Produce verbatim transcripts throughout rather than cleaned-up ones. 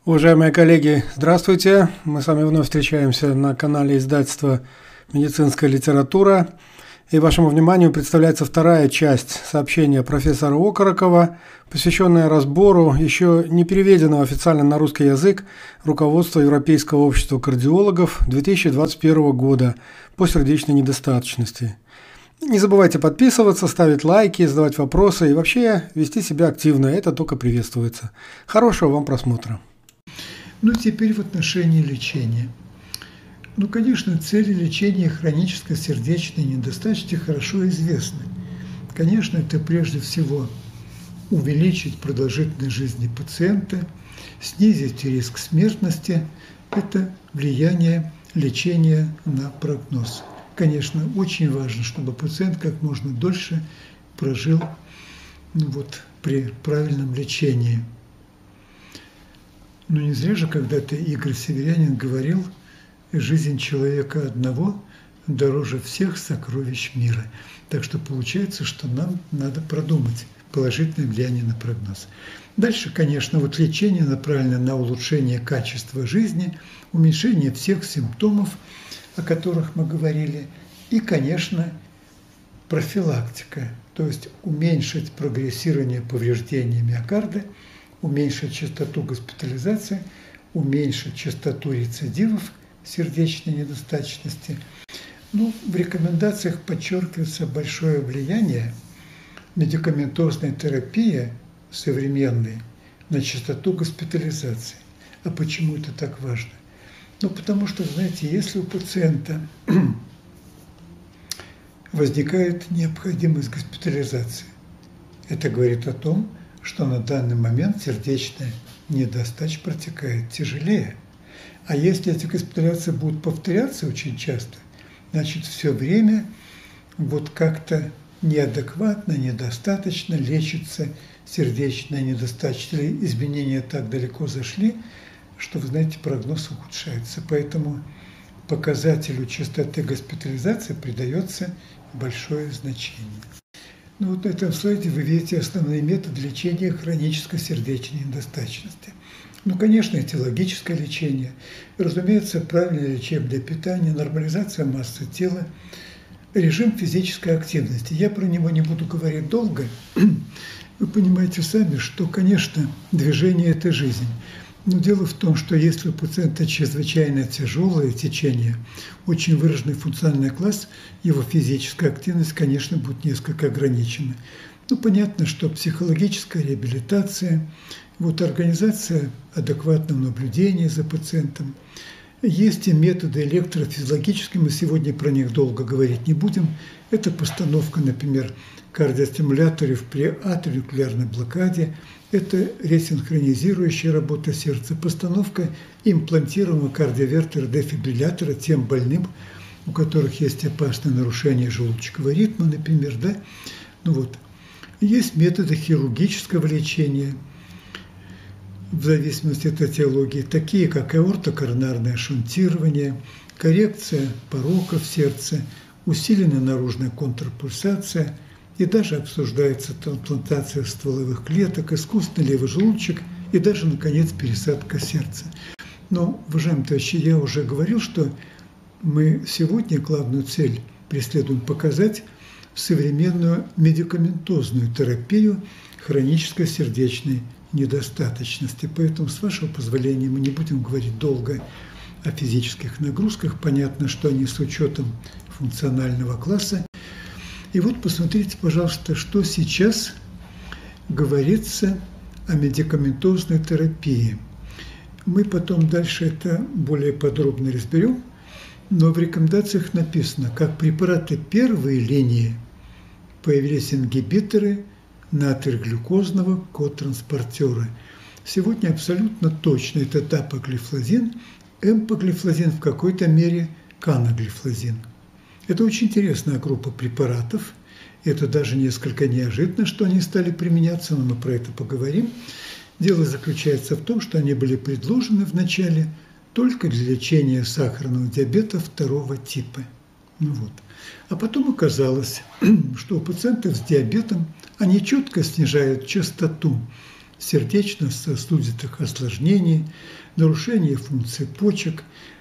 Уважаемые коллеги, здравствуйте! Мы с вами вновь встречаемся на канале издательства «Медицинская литература». И вашему вниманию представляется вторая часть сообщения профессора Окорокова, посвященная разбору еще не переведенного официально на русский язык руководства Европейского общества кардиологов две тысячи двадцать первого года по сердечной недостаточности. Не забывайте подписываться, ставить лайки, задавать вопросы и вообще вести себя активно. Это только приветствуется. Хорошего вам просмотра. Ну, теперь в отношении лечения. Ну, конечно, цели лечения хронической сердечной недостаточности хорошо известны. Конечно, это прежде всего увеличить продолжительность жизни пациента, снизить риск смертности. Это влияние лечения на прогноз. Конечно, очень важно, чтобы пациент как можно дольше прожил ну, вот, при правильном лечении. Но не зря же когда-то Игорь Северянин говорил: «Жизнь человека одного дороже всех сокровищ мира». Так что получается, что нам надо продумать положительное влияние на прогноз. Дальше, конечно, вот лечение направлено на улучшение качества жизни, уменьшение всех симптомов, о которых мы говорили, и, конечно, профилактика, то есть уменьшить прогрессирование повреждения миокарда, уменьшить частоту госпитализации, уменьшить частоту рецидивов сердечной недостаточности. Ну, в рекомендациях подчеркивается большое влияние медикаментозной терапии современной на частоту госпитализации. А почему это так важно? Ну, потому что, знаете, если у пациента возникает необходимость госпитализации, это говорит о том, что на данный момент сердечная недостаточность протекает тяжелее. А если эти госпитализации будут повторяться очень часто, значит, все время вот как-то неадекватно, недостаточно лечится сердечная недостаточность. Или изменения так далеко зашли, что, вы знаете, прогноз ухудшается. Поэтому показателю частоты госпитализации придается большое значение. Ну, вот на этом слайде вы видите основные методы лечения хронической сердечной недостаточности. Ну, конечно, этиологическое лечение, разумеется, правильное лечебное питание, нормализация массы тела, режим физической активности. Я про него не буду говорить долго. Вы понимаете сами, что, конечно, движение – это жизнь. Но дело в том, что если у пациента чрезвычайно тяжелое течение, очень выраженный функциональный класс, его физическая активность, конечно, будет несколько ограничена. Ну, понятно, что психологическая реабилитация, вот организация адекватного наблюдения за пациентом. Есть и методы электрофизиологические, мы сегодня про них долго говорить не будем. Это постановка, например, кардиостимуляторов при атрионуклеарной блокаде. Это ресинхронизирующая работа сердца, постановка имплантируемого кардиовертера-дефибриллятора тем больным, у которых есть опасное нарушение желудочкового ритма, например, да? Ну вот. Есть методы хирургического лечения, в зависимости от этиологии, такие как аортокоронарное шунтирование, коррекция пороков сердца, усиленная наружная контрпульсация, и даже обсуждается трансплантация стволовых клеток, искусственный левый желудочек и даже, наконец, пересадка сердца. Но, уважаемые товарищи, я уже говорил, что мы сегодня главную цель преследуем показать современную медикаментозную терапию хронической сердечной недостаточности. Поэтому, с вашего позволения, мы не будем говорить долго о физических нагрузках. Понятно, что они с учетом функционального класса. И вот посмотрите, пожалуйста, что сейчас говорится о медикаментозной терапии. Мы потом дальше это более подробно разберем, но в рекомендациях написано, как препараты первой линии появились ингибиторы натрий-глюкозного котранспортера. Сегодня абсолютно точно это дапаглифлозин, эмпаглифлозин, в какой-то мере канаглифлозин. Это очень интересная группа препаратов. Это даже несколько неожиданно, что они стали применяться, но мы про это поговорим. Дело заключается в том, что они были предложены вначале только для лечения сахарного диабета второго типа. Ну вот. А потом оказалось, что у пациентов с диабетом они четко снижают частоту сердечно-сосудистых осложнений, нарушение функций почек,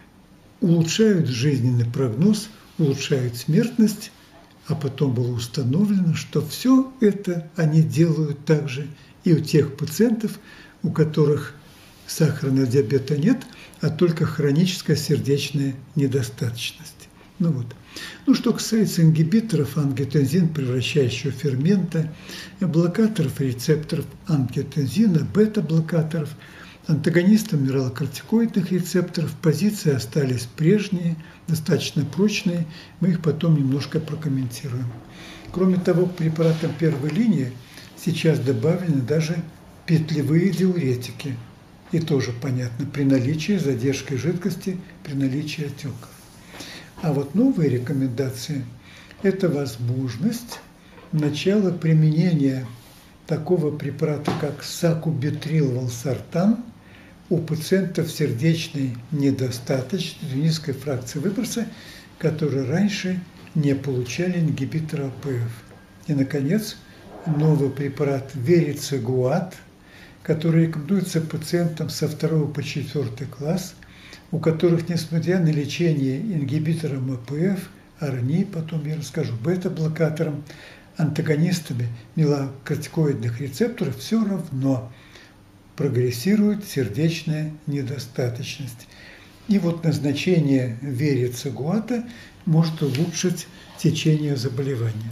улучшают жизненный прогноз, улучшают смертность, а потом было установлено, что все это они делают также и у тех пациентов, у которых сахарного диабета нет, а только хроническая сердечная недостаточность. Ну вот. Ну, что касается ингибиторов ангиотензин, превращающего фермента, блокаторов рецепторов ангиотензина, бета-блокаторов, антагонистов минералокортикоидных рецепторов, позиции остались прежние, достаточно прочные, мы их потом немножко прокомментируем. Кроме того, к препаратам первой линии сейчас добавлены даже петлевые диуретики. И тоже понятно, при наличии задержки жидкости, при наличии отеков. А вот новые рекомендации – это возможность начала применения такого препарата, как сакубитрил-валсартан, у пациентов сердечной недостаточности, низкой фракции выброса, которые раньше не получали ингибитора АПФ. И, наконец, новый препарат верицигуат, который рекомендуется пациентам со второго по четвертый класс, у которых, несмотря на лечение ингибитором АПФ, АРНИ, потом я расскажу, бета-блокатором, антагонистами меланокортикоидных рецепторов, все равно прогрессирует сердечная недостаточность. И вот назначение верицигуата может улучшить течение заболевания.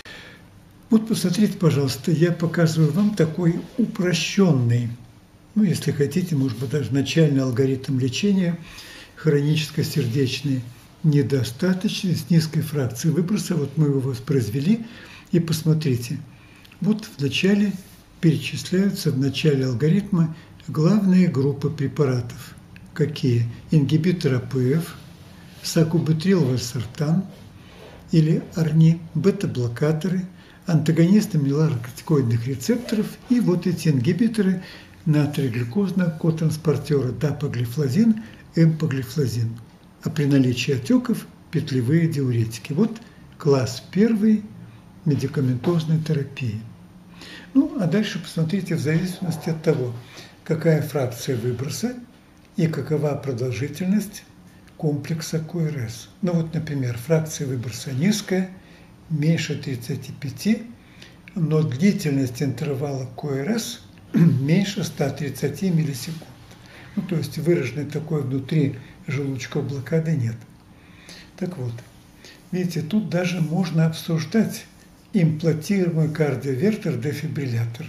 Вот посмотрите, пожалуйста, я показываю вам такой упрощенный, ну, если хотите, может быть, даже начальный алгоритм лечения хронической сердечной недостаточности с низкой фракцией выброса. Вот мы его воспроизвели, и посмотрите. Вот вначале перечисляются в начале алгоритма главные группы препаратов. Какие? Ингибитор АПФ, сакубитрил-валсартан или АРНИ, бета-блокаторы, антагонисты меланокортикоидных рецепторов и вот эти ингибиторы натрий-глюкозного котранспортера дапаглифлозин, эмпаглифлозин. А при наличии отеков петлевые диуретики. Вот класс первый медикаментозной терапии. Ну, а дальше посмотрите, в зависимости от того, какая фракция выброса и какова продолжительность комплекса КОРС. Ну вот, например, фракция выброса низкая, меньше тридцати пяти, но длительность интервала КОРС меньше ста тридцати миллисекунд. Ну, то есть выраженной такой внутри желудочковой блокады нет. Так вот, видите, тут даже можно обсуждать имплантируемый кардиовертер-дефибриллятор.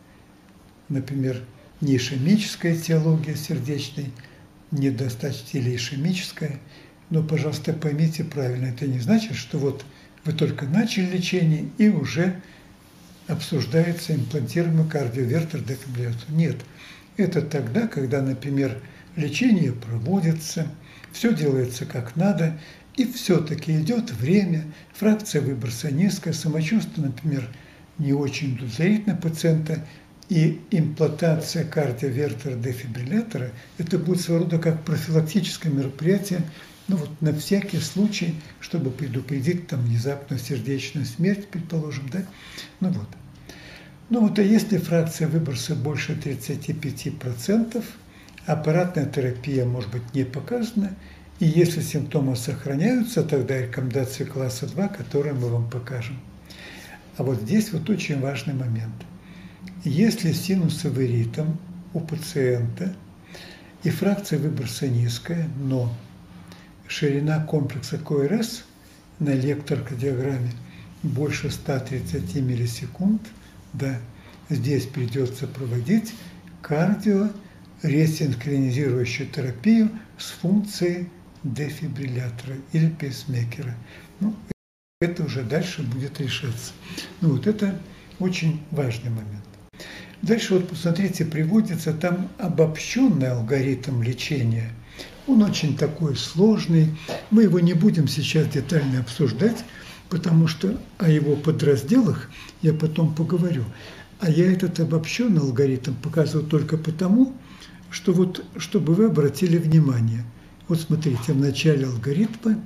Например, не ишемическая этиология сердечной недостаточности или ишемическая. Но, пожалуйста, поймите правильно, это не значит, что вот вы только начали лечение и уже обсуждается имплантируемый кардиовертер-дефибриллятор. Нет, это тогда, когда, например, лечение проводится, все делается как надо, и все-таки идет время, фракция выброса низкая, самочувствие, например, не очень удовлетворительно пациента, и имплантация кардиовертер-дефибриллятора – это будет своего рода как профилактическое мероприятие, ну вот на всякий случай, чтобы предупредить там внезапную сердечную смерть, предположим, да? Ну вот. Ну вот, а если фракция выброса больше тридцати пяти процентов, аппаратная терапия может быть не показана, и если симптомы сохраняются, тогда рекомендации класса два, которые мы вам покажем. А вот здесь вот очень важный момент. Если синусовый ритм у пациента и фракция выброса низкая, но ширина комплекса КОРС на электрокардиограмме больше ста тридцати миллисекунд, да, здесь придется проводить кардиоресинхронизирующую терапию с функцией дефибриллятора или пейсмейкера. Ну, это уже дальше будет решаться. Ну вот это очень важный момент. Дальше вот посмотрите, приводится там обобщенный алгоритм лечения. Он очень такой сложный. Мы его не будем сейчас детально обсуждать, потому что о его подразделах я потом поговорю. А я этот обобщенный алгоритм показываю только потому, что вот, чтобы вы обратили внимание. Вот смотрите, в начале алгоритма,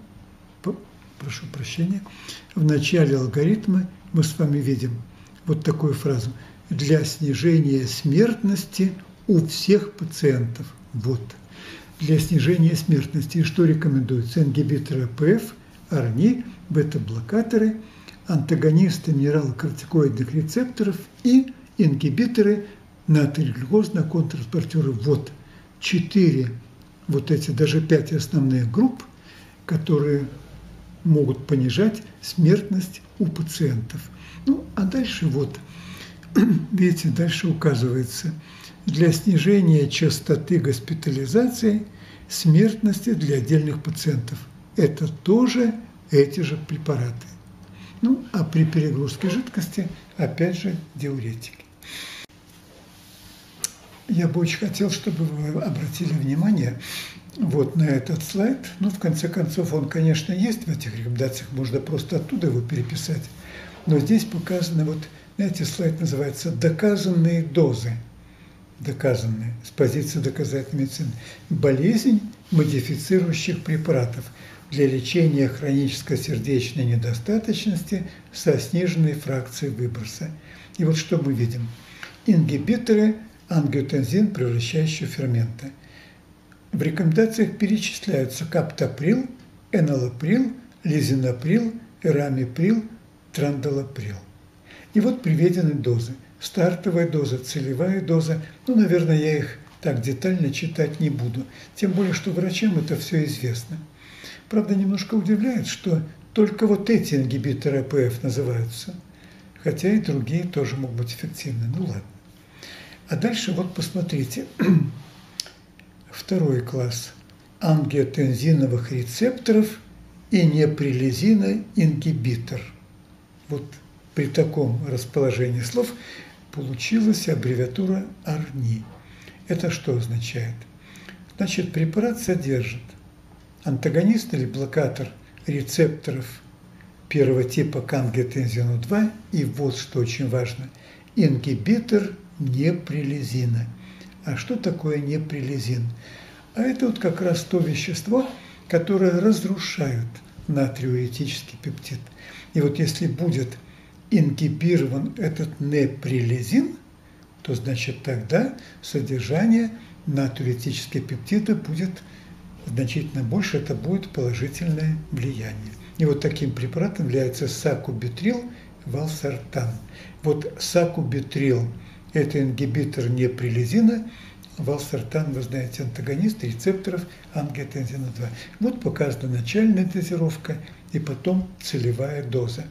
прошу прощения, в начале алгоритма мы с вами видим вот такую фразу. для снижения смертности у всех пациентов. Вот. Для снижения смертности. И что рекомендуется? Ингибиторы АПФ, АРНИ, бета-блокаторы, антагонисты минералокортикоидных рецепторов и ингибиторы натрий-глюкозно-контранспортеры. Вот четыре, вот эти, даже пять основных групп, которые могут понижать смертность у пациентов. Ну, а дальше вот, видите, дальше указывается, для снижения частоты госпитализации, смертности для отдельных пациентов. Это тоже эти же препараты. Ну, а при перегрузке жидкости, опять же, диуретики. Я бы очень хотел, чтобы вы обратили внимание вот на этот слайд. Ну, в конце концов, он, конечно, есть в этих рекомендациях, можно просто оттуда его переписать. Но здесь показано, вот, знаете, слайд называется «Доказанные дозы». Доказанные, с позиции доказательной медицины. Болезнь модифицирующих препаратов для лечения хронической сердечной недостаточности со сниженной фракцией выброса. И вот что мы видим. Ингибиторы ангиотензин, превращающие ферменты. В рекомендациях перечисляются каптоприл, энолаприл, лизинаприл, эрамиприл, трандалаприл. И вот приведены дозы. Стартовая доза, целевая доза. Ну, наверное, я их так детально читать не буду. Тем более, что врачам это все известно. Правда, немножко удивляет, что только вот эти ингибиторы АПФ называются. Хотя и другие тоже могут быть эффективны. Ну, ладно. А дальше вот посмотрите. Второй класс ангиотензиновых рецепторов и неприлизина ингибитор. Вот при таком расположении слов получилась аббревиатура АРНИ. Это что означает? Значит, препарат содержит антагонист или блокатор рецепторов первого типа к ангиотензину два и вот что очень важно, ингибитор неприлизина. А что такое неприлизин? А это вот как раз то вещество, которое разрушает натриуретический пептид. И вот если будет ингибирован этот неприлизин, то значит тогда содержание натриуретического пептида будет значительно больше, это будет положительное влияние. И вот таким препаратом является сакубитрил, валсартан. Вот сакубитрил – это ингибитор неприлизина, валсартан, вы знаете, антагонист рецепторов ангиотензина два. Вот показана начальная дозировка и потом целевая доза.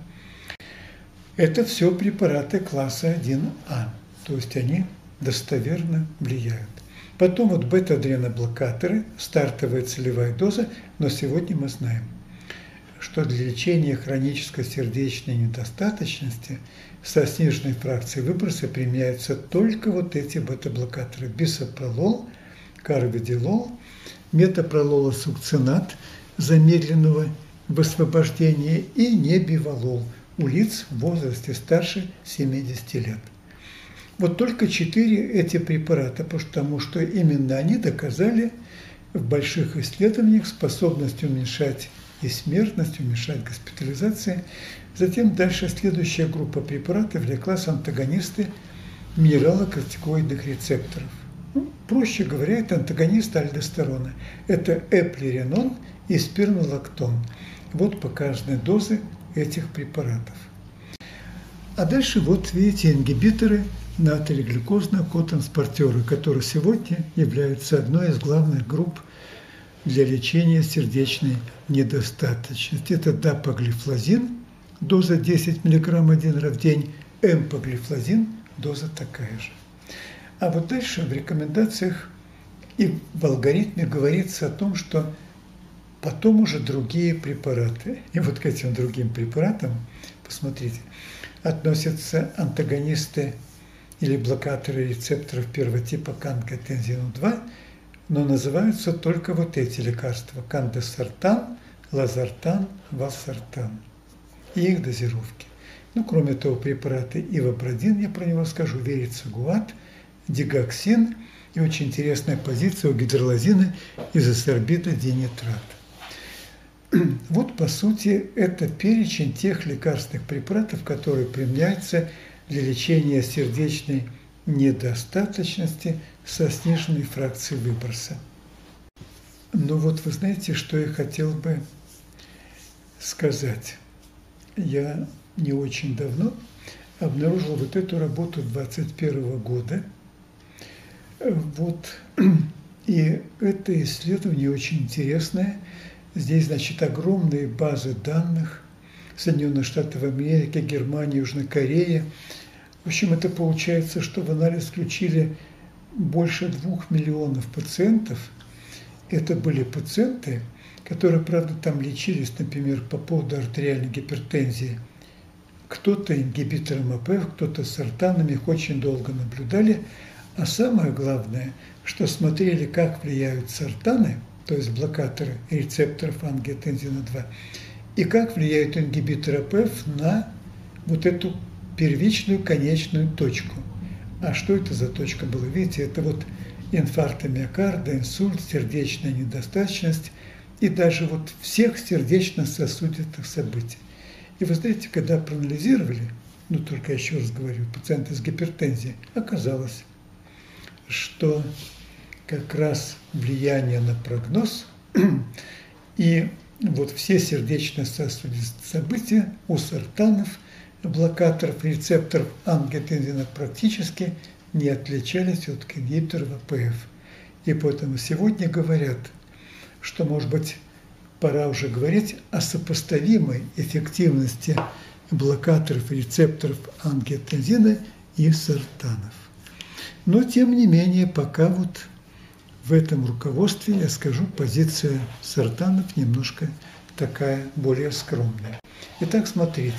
Это все препараты класса один А, то есть они достоверно влияют. Потом вот бета-адреноблокаторы, стартовая целевая доза, но сегодня мы знаем, что для лечения хронической сердечной недостаточности со сниженной фракцией выброса применяются только вот эти бета-блокаторы. Бисопролол, карвидилол, метопрололосукцинат замедленного высвобождения и небивалол у лиц в возрасте старше семидесяти лет. Вот только четыре эти препарата, потому что именно они доказали в больших исследованиях способность уменьшать и смертность, уменьшать госпитализации. Затем дальше следующая группа препаратов для класса антагонисты минералокортикоидных рецепторов. Ну, проще говоря, это антагонисты альдостерона. Это эплеренон и спирнолактон. Вот показаны дозы этих препаратов. А дальше вот видите ингибиторы натрий-глюкозно-котранспортеры, которые сегодня являются одной из главных групп для лечения сердечной недостаточности. Это дапаглифлозин, доза десять миллиграмм один раз в день, эмпаглифлозин, доза такая же. А вот дальше в рекомендациях и в алгоритме говорится о том, что потом уже другие препараты. И вот к этим другим препаратам, посмотрите, относятся антагонисты или блокаторы рецепторов первого типа к ангиотензину два, но называются только вот эти лекарства – кандесартан, лазартан, валсартан и их дозировки. Ну, кроме того, препараты ивабрадин, я про него скажу, верицигуат, дигоксин и очень интересная позиция у гидролазина изосорбита динитрат. Вот, по сути, это перечень тех лекарственных препаратов, которые применяются для лечения сердечной недостаточности со сниженной фракцией выброса. Ну вот вы знаете, что я хотел бы сказать. Я не очень давно обнаружил вот эту работу двадцать первого года. Вот. И это исследование очень интересное. Здесь, значит, огромные базы данных Соединенных Штатов Америки, Германии, Южной Кореи. В общем, это получается, что в анализ включили больше двух миллионов пациентов. Это были пациенты, которые, правда, там лечились, например, по поводу артериальной гипертензии. Кто-то ингибитором АПФ, кто-то сортанами, их очень долго наблюдали. А самое главное, что смотрели, как влияют сортаны, то есть блокаторы рецепторов ангиотензина два, и как влияют ингибиторы АПФ на вот эту первичную конечную точку. А что это за точка была? Видите, это вот инфаркт миокарда, инсульт, сердечная недостаточность и даже вот всех сердечно-сосудистых событий. И вы знаете, когда проанализировали, ну только еще раз говорю, пациенты с гипертензией, оказалось, что как раз влияние на прогноз и вот все сердечно-сосудистые события у сортанов, блокаторов, рецепторов ангиотензина практически не отличались от ингибиторов АПФ. И поэтому сегодня говорят, что, может быть, пора уже говорить о сопоставимой эффективности блокаторов рецепторов ангиотензина и сортанов. Но, тем не менее, пока вот в этом руководстве, я скажу, позиция сортанов немножко такая более скромная. Итак, смотрите.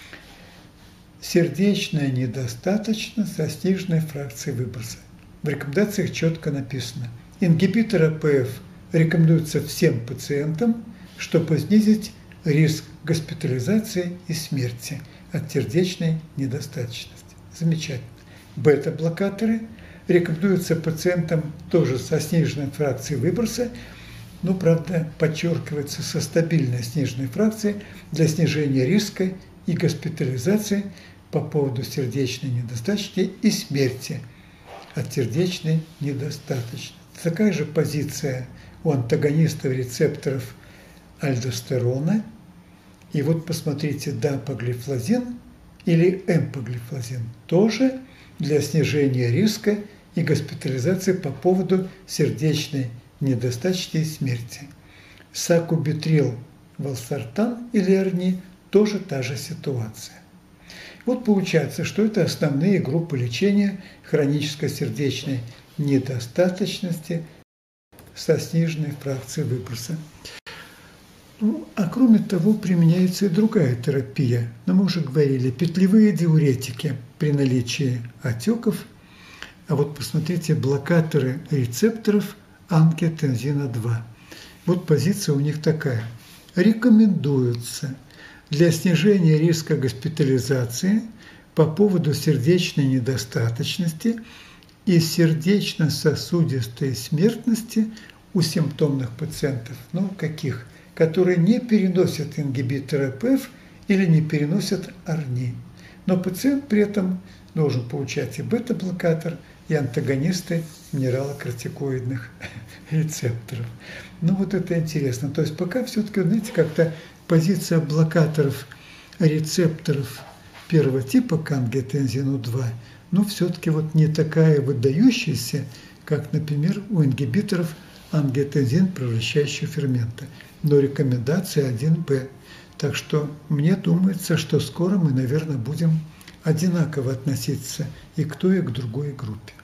Сердечная недостаточность со сниженной фракцией выброса. В рекомендациях четко написано. Ингибитор АПФ рекомендуется всем пациентам, чтобы снизить риск госпитализации и смерти от сердечной недостаточности. Замечательно. Бета-блокаторы рекомендуются пациентам тоже со сниженной фракцией выброса, но, правда, подчеркивается со стабильной сниженной фракцией для снижения риска и госпитализации по поводу сердечной недостаточности и смерти от сердечной недостаточности. Такая же позиция у антагонистов рецепторов альдостерона. И вот посмотрите, дапаглифлозин или эмпаглифлозин тоже для снижения риска и госпитализации по поводу сердечной недостаточности и смерти. Сакубитрил, валсартан или арни тоже та же ситуация. Вот получается, что это основные группы лечения хронической сердечной недостаточности со сниженной фракцией выброса. Ну, а кроме того, применяется и другая терапия. Но мы уже говорили, петлевые диуретики при наличии отеков. А вот посмотрите, блокаторы рецепторов ангиотензина два. Вот позиция у них такая. Рекомендуется для снижения риска госпитализации по поводу сердечной недостаточности и сердечно-сосудистой смертности у симптомных пациентов. Ну, каких? Которые не переносят ингибитор АПФ или не переносят арни. Но пациент при этом должен получать и бета-блокатор, и антагонисты минералокортикоидных рецепторов. Ну вот это интересно. То есть пока все-таки, знаете, как-то позиция блокаторов рецепторов первого типа к ангиотензину два, но все-таки вот не такая выдающаяся, как, например, у ингибиторов ангиотензин превращающего фермента. Но рекомендация один бэ. Так что мне думается, что скоро мы, наверное, будем одинаково относиться и к той, и к другой группе.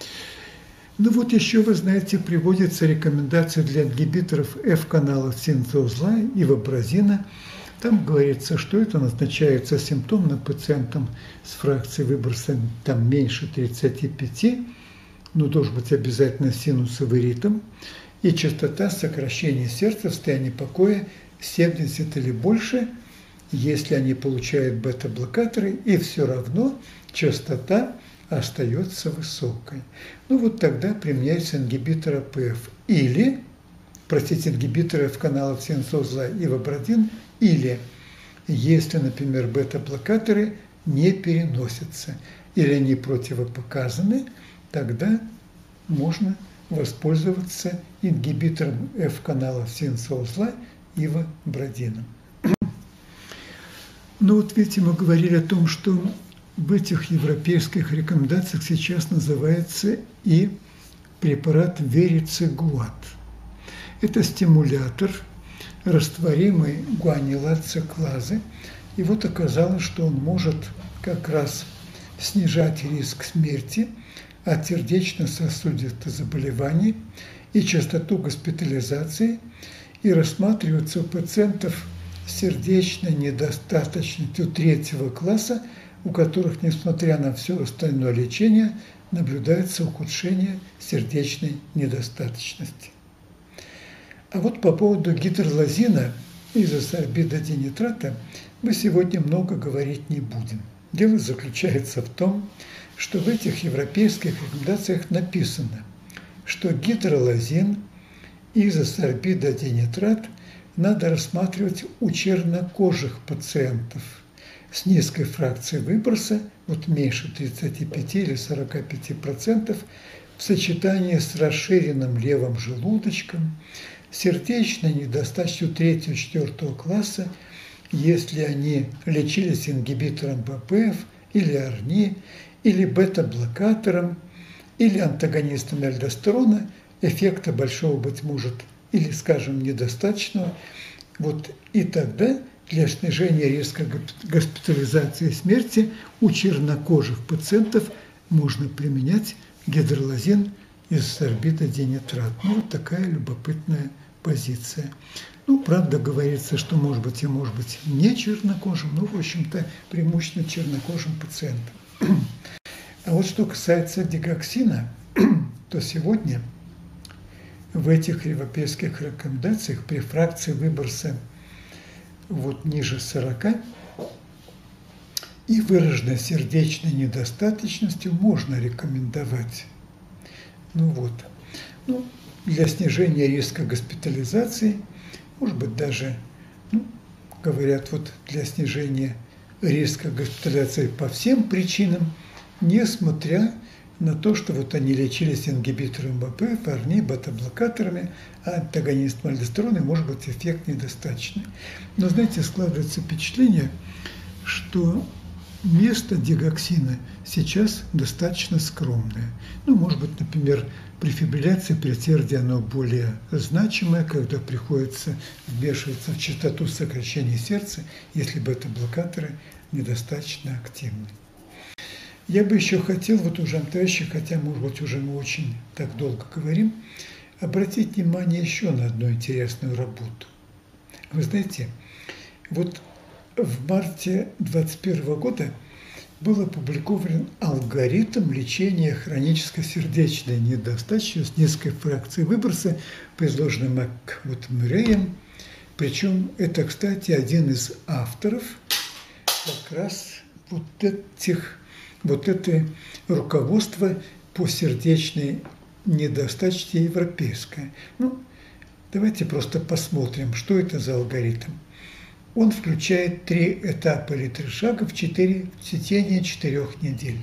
Ну вот еще, вы знаете, приводится рекомендация для ингибиторов F-каналов синтеза и вабразина. Там говорится, что это назначается симптомным пациентам с фракцией выброса там меньше тридцати пяти, но должен быть обязательно синусовый ритм, и частота сокращения сердца в состоянии покоя семьдесят или больше, если они получают бета-блокаторы, и все равно частота остается высокой. Ну вот тогда применяется ингибитор АПФ или, простите, ингибиторы в каналах синтеза и вабрадин, или, если, например, бета-блокаторы не переносятся или они противопоказаны, тогда можно воспользоваться ингибитором F-канала синуса узла ивабрадином. Ну вот видите, мы говорили о том, что в этих европейских рекомендациях сейчас называется и препарат верицигуат. Это стимулятор растворимой гуанилат-циклазы. И вот оказалось, что он может как раз снижать риск смерти от сердечно-сосудистых заболеваний и частоту госпитализации, и рассматривается у пациентов с сердечной недостаточностью третьего класса, у которых, несмотря на все остальное лечение, наблюдается ухудшение сердечной недостаточности. А вот по поводу гидролазина изосорбида денитрата мы сегодня много говорить не будем. Дело заключается в том, что в этих европейских рекомендациях написано, что гидролазин изосорбида денитрат надо рассматривать у чернокожих пациентов с низкой фракцией выброса, вот меньше тридцати пяти или сорока пяти процентов, в сочетании с расширенным левым желудочком, сердечной недостаточностью третьего-четвёртого класса, если они лечились ингибитором бэ пэ эф или арни, или бета-блокатором, или антагонистом альдостерона, эффекта большого, быть может, или, скажем, недостаточного. Вот и тогда для снижения риска госпитализации и смерти у чернокожих пациентов можно применять гидролазин изосорбида денитрат. Ну, вот такая любопытная позиция. Ну, правда, говорится, что может быть и может быть не чернокожим, но, в общем-то, преимущественно чернокожим пациентам. А вот что касается дигоксина, то сегодня в этих европейских рекомендациях при фракции выброса вот ниже сорока и выраженной сердечной недостаточностью можно рекомендовать. Ну вот. Ну, для снижения риска госпитализации, может быть, даже, ну, говорят, вот для снижения риска госпитализации по всем причинам, несмотря на то, что вот они лечились ингибитором бэ пэ эф, арни, бета-блокаторами, а антагонистом альдостерона, может быть, эффект недостаточный. Но, знаете, складывается впечатление, что место дигоксина сейчас достаточно скромное. Ну, может быть, например, при фибрилляции предсердия оно более значимое, когда приходится вмешиваться в частоту сокращения сердца, если бета-блокаторы недостаточно активны. Я бы еще хотел, вот уже, товарищи, хотя, может быть, уже мы очень так долго говорим, обратить внимание еще на одну интересную работу. Вы знаете, вот в марте двадцать первого года был опубликован алгоритм лечения хронической сердечной недостаточности с низкой фракцией выброса, предложенный Маквуд-Мюрреем. Причем это, кстати, один из авторов как раз вот этих, вот это руководство по сердечной недостаточности европейское. Ну, давайте просто посмотрим, что это за алгоритм. Он включает три этапа или три шага в, четыре, в течение четырех недель.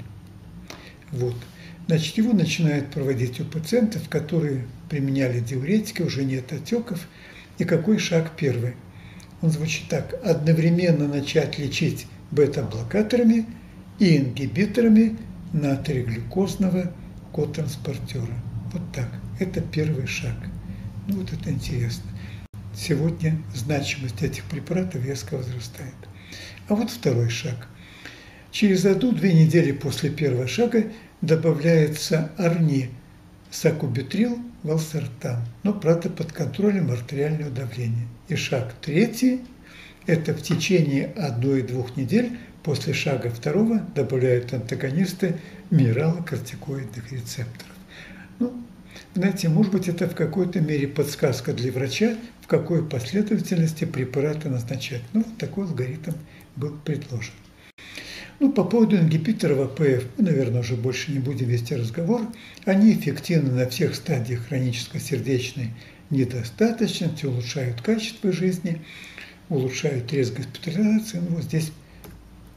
Вот. Значит, его начинают проводить у пациентов, которые применяли диуретики, уже нет отеков. И какой шаг первый? Он звучит так. Одновременно начать лечить бета-блокаторами и ингибиторами натриеглюкозного котранспортера. Вот так. Это первый шаг. Ну вот это интересно. Сегодня значимость этих препаратов резко возрастает. А вот второй шаг. Через одну-две недели после первого шага добавляется арни, сакубитрил, валсартан, но, правда, под контролем артериального давления. И шаг третий – это в течение одной-двух недель после шага второго добавляют антагонисты минералокортикоидных рецепторов. Ну, знаете, может быть, это в какой-то мере подсказка для врача, в какой последовательности препараты назначать. Ну, вот такой алгоритм был предложен. Ну, по поводу ингибиторов а пэ эф мы, наверное, уже больше не будем вести разговор. Они эффективны на всех стадиях хронической сердечной недостаточности, улучшают качество жизни, улучшают риск госпитализации. Ну, вот здесь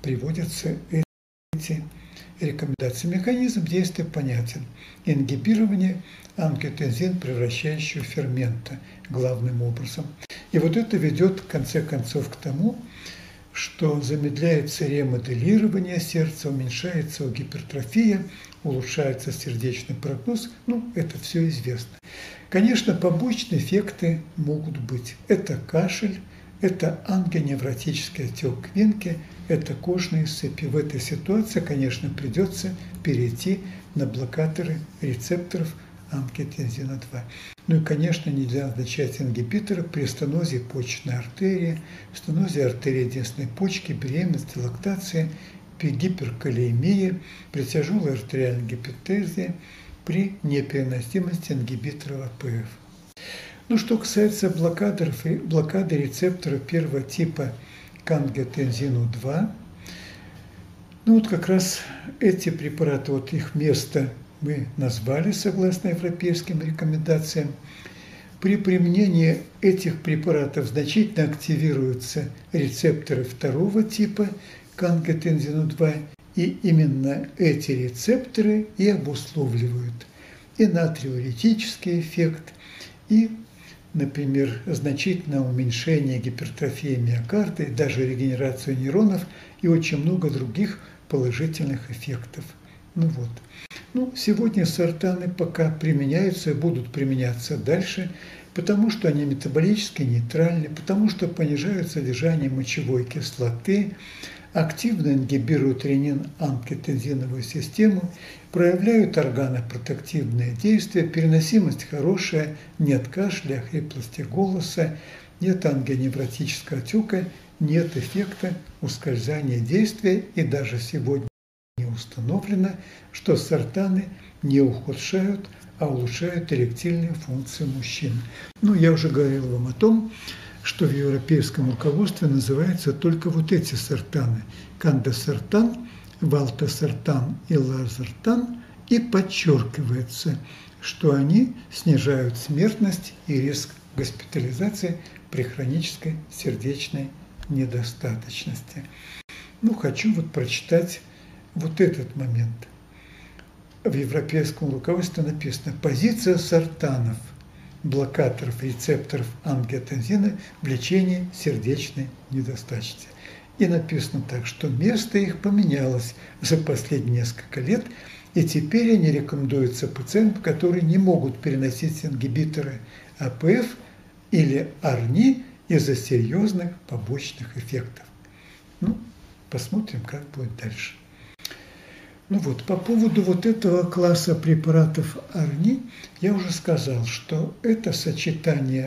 приводятся эти рекомендации. Механизм действия понятен. Ингибирование ангиотензин превращающего фермента главным образом. И вот это ведет в конце концов к тому, что замедляется ремоделирование сердца, уменьшается гипертрофия, улучшается сердечный прогноз. Ну, это все известно. Конечно, побочные эффекты могут быть. Это кашель, это ангионевротический отек венки, это кожные сыпи. В этой ситуации, конечно, придется перейти на блокаторы рецепторов ангиотензина два. Ну и, конечно, нельзя назначать ингибиторы при стенозе почечной артерии, стенозе артерии десной почки, беременности, лактации, при гиперкалиемии, при тяжелой артериальной гипертензии, при непереносимости ингибиторов АПФ. Ну, что касается блокаторов и блокады рецепторов первого типа к ангиотензину два, ну вот как раз эти препараты, вот их место мы назвали согласно европейским рекомендациям. При применении этих препаратов значительно активируются рецепторы второго типа к ангиотензину два, и именно эти рецепторы и обусловливают и натриуретический эффект, и, например, значительное уменьшение гипертрофии миокарда, и даже регенерацию нейронов, и очень много других положительных эффектов. Ну вот. Ну, сегодня сортаны пока применяются и будут применяться дальше, потому что они метаболически нейтральны, потому что понижают содержание мочевой кислоты, активно ингибируют ренин-ангиотензиновую систему, проявляют органопротективное действие, переносимость хорошая, нет кашля, хриплости голоса, нет ангионевротического отека, нет эффекта ускользания действия, и даже сегодня не установлено, что сортаны не ухудшают, а улучшают эректильные функции мужчин. Ну, я уже говорил вам о том, что в европейском руководстве называются только вот эти сортаны – кандесартан, валтосартан и лазертан, и подчеркивается, что они снижают смертность и риск госпитализации при хронической сердечной недостаточности. Ну, хочу вот прочитать вот этот момент. В европейском руководстве написано: позиция сортанов, блокаторов рецепторов ангиотензина в лечении сердечной недостаточности. И написано так, что место их поменялось за последние несколько лет, и теперь они рекомендуются пациентам, которые не могут переносить ингибиторы АПФ или АРНИ из-за серьезных побочных эффектов. Ну, посмотрим, как будет дальше. Ну вот, по поводу вот этого класса препаратов АРНИ я уже сказал, что это сочетание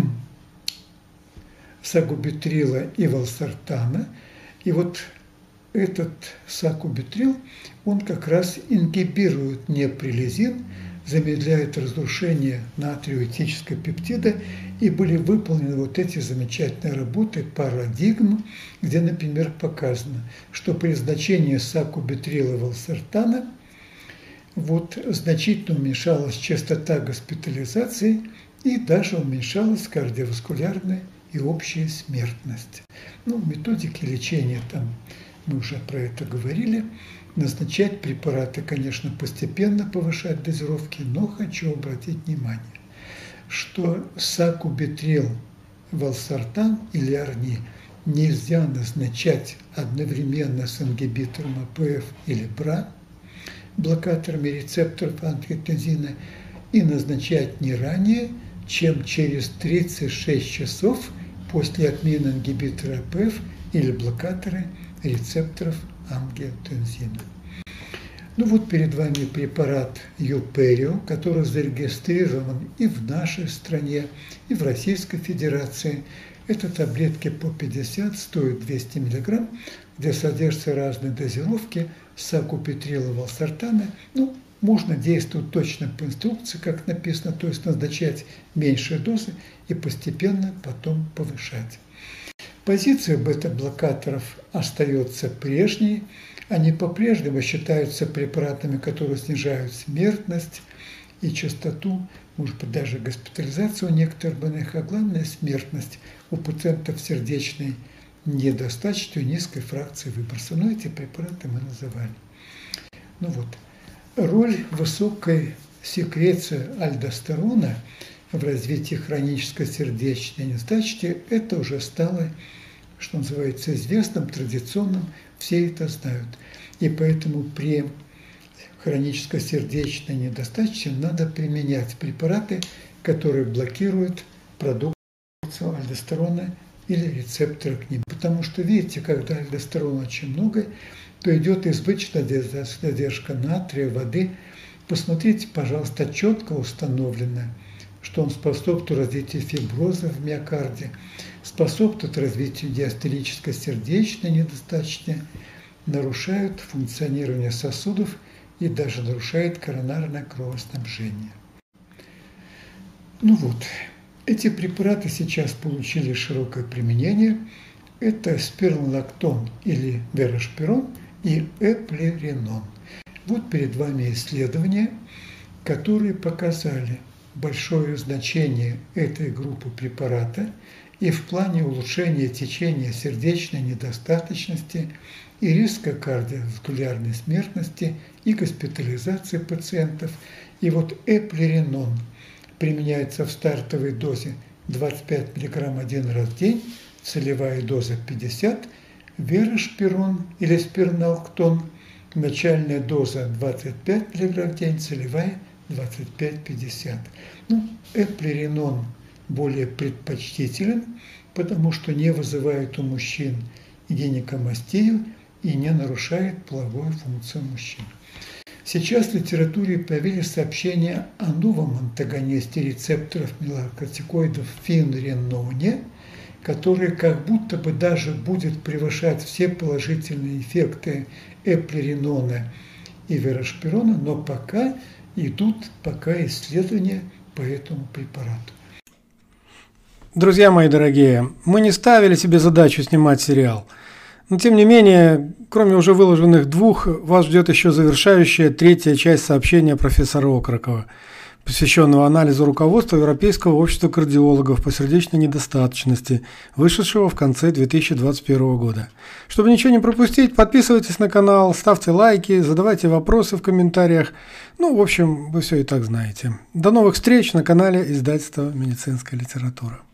сакубитрила и валсартана. И вот этот сакубитрил, он как раз ингибирует неприлизин, замедляет разрушение натриуретического пептида, и были выполнены вот эти замечательные работы парадигм, где, например, показано, что при значении сакубитрила валсартана вот значительно уменьшалась частота госпитализации и даже уменьшалась кардиоваскулярная и общая смертность. Ну, методики лечения там мы уже про это говорили. Назначать препараты, конечно, постепенно повышать дозировки, но хочу обратить внимание, что сакубитрил, валсартан или АРНИ нельзя назначать одновременно с ингибитором АПФ или БРА, блокаторами рецепторов ангиотензина, и назначать не ранее, чем через тридцать шесть часов после отмены ингибитора АПФ или блокаторы рецепторов ангиотензина. Ну вот перед вами препарат Юперио, который зарегистрирован и в нашей стране, и в Российской Федерации. Это таблетки по пятьдесят, стоят двести миллиграмм, где содержатся разные дозировки сакубитрила, валсартана. Ну, можно действовать точно по инструкции, как написано, то есть назначать меньшие дозы и постепенно потом повышать. Позиция бета-блокаторов остается прежней. Они по-прежнему считаются препаратами, которые снижают смертность и частоту, может быть, даже госпитализацию некоторых больных, а главное – смертность у пациентов с сердечной недостаточностью низкой фракции выброса. Но эти препараты мы называли. Ну вот, роль высокой секреции альдостерона в развитии хронической сердечной недостаточности, это уже стало, что называется, известным, традиционным, все это знают. И поэтому при хронической сердечной недостаточности надо применять препараты, которые блокируют продукцию альдостерона или рецепторы к ним. Потому что, видите, когда альдостерона очень много, то идет избыточная задержка натрия, воды. Посмотрите, пожалуйста, четко установлено, что он способствует развитию фиброза в миокарде, способствует развитию диастолической сердечной недостаточности, нарушают функционирование сосудов и даже нарушает коронарное кровоснабжение. Ну вот, эти препараты сейчас получили широкое применение. Это спирнолактон или верошпирон и эплеринон. Вот перед вами исследования, которые показали большое значение этой группы препарата и в плане улучшения течения сердечной недостаточности и риска кардиоваскулярной смертности и госпитализации пациентов. И вот эплеринон применяется в стартовой дозе двадцать пять миллиграмм один раз в день, целевая доза пятьдесят, верошпирон или спирнолактон, начальная доза двадцать пять миллиграмм в день, целевая двадцать пять - пятьдесят. Ну, эплеринон более предпочтителен, потому что не вызывает у мужчин гинекомастию и не нарушает половую функцию мужчин. Сейчас в литературе появились сообщения о новом антагонисте рецепторов меланокортикоидов финреноне, который как будто бы даже будет превышать все положительные эффекты эплеринона и верошпирона, но пока идут пока исследования по этому препарату. Друзья мои дорогие, мы не ставили себе задачу снимать сериал. Но тем не менее, кроме уже выложенных двух, вас ждет еще завершающая третья часть сообщения профессора Окорокова, посвященного анализу руководства Европейского общества кардиологов по сердечной недостаточности, вышедшего в конце две тысячи двадцать первого года. Чтобы ничего не пропустить, подписывайтесь на канал, ставьте лайки, задавайте вопросы в комментариях. Ну, в общем, вы все и так знаете. До новых встреч на канале издательства «Медицинская литература».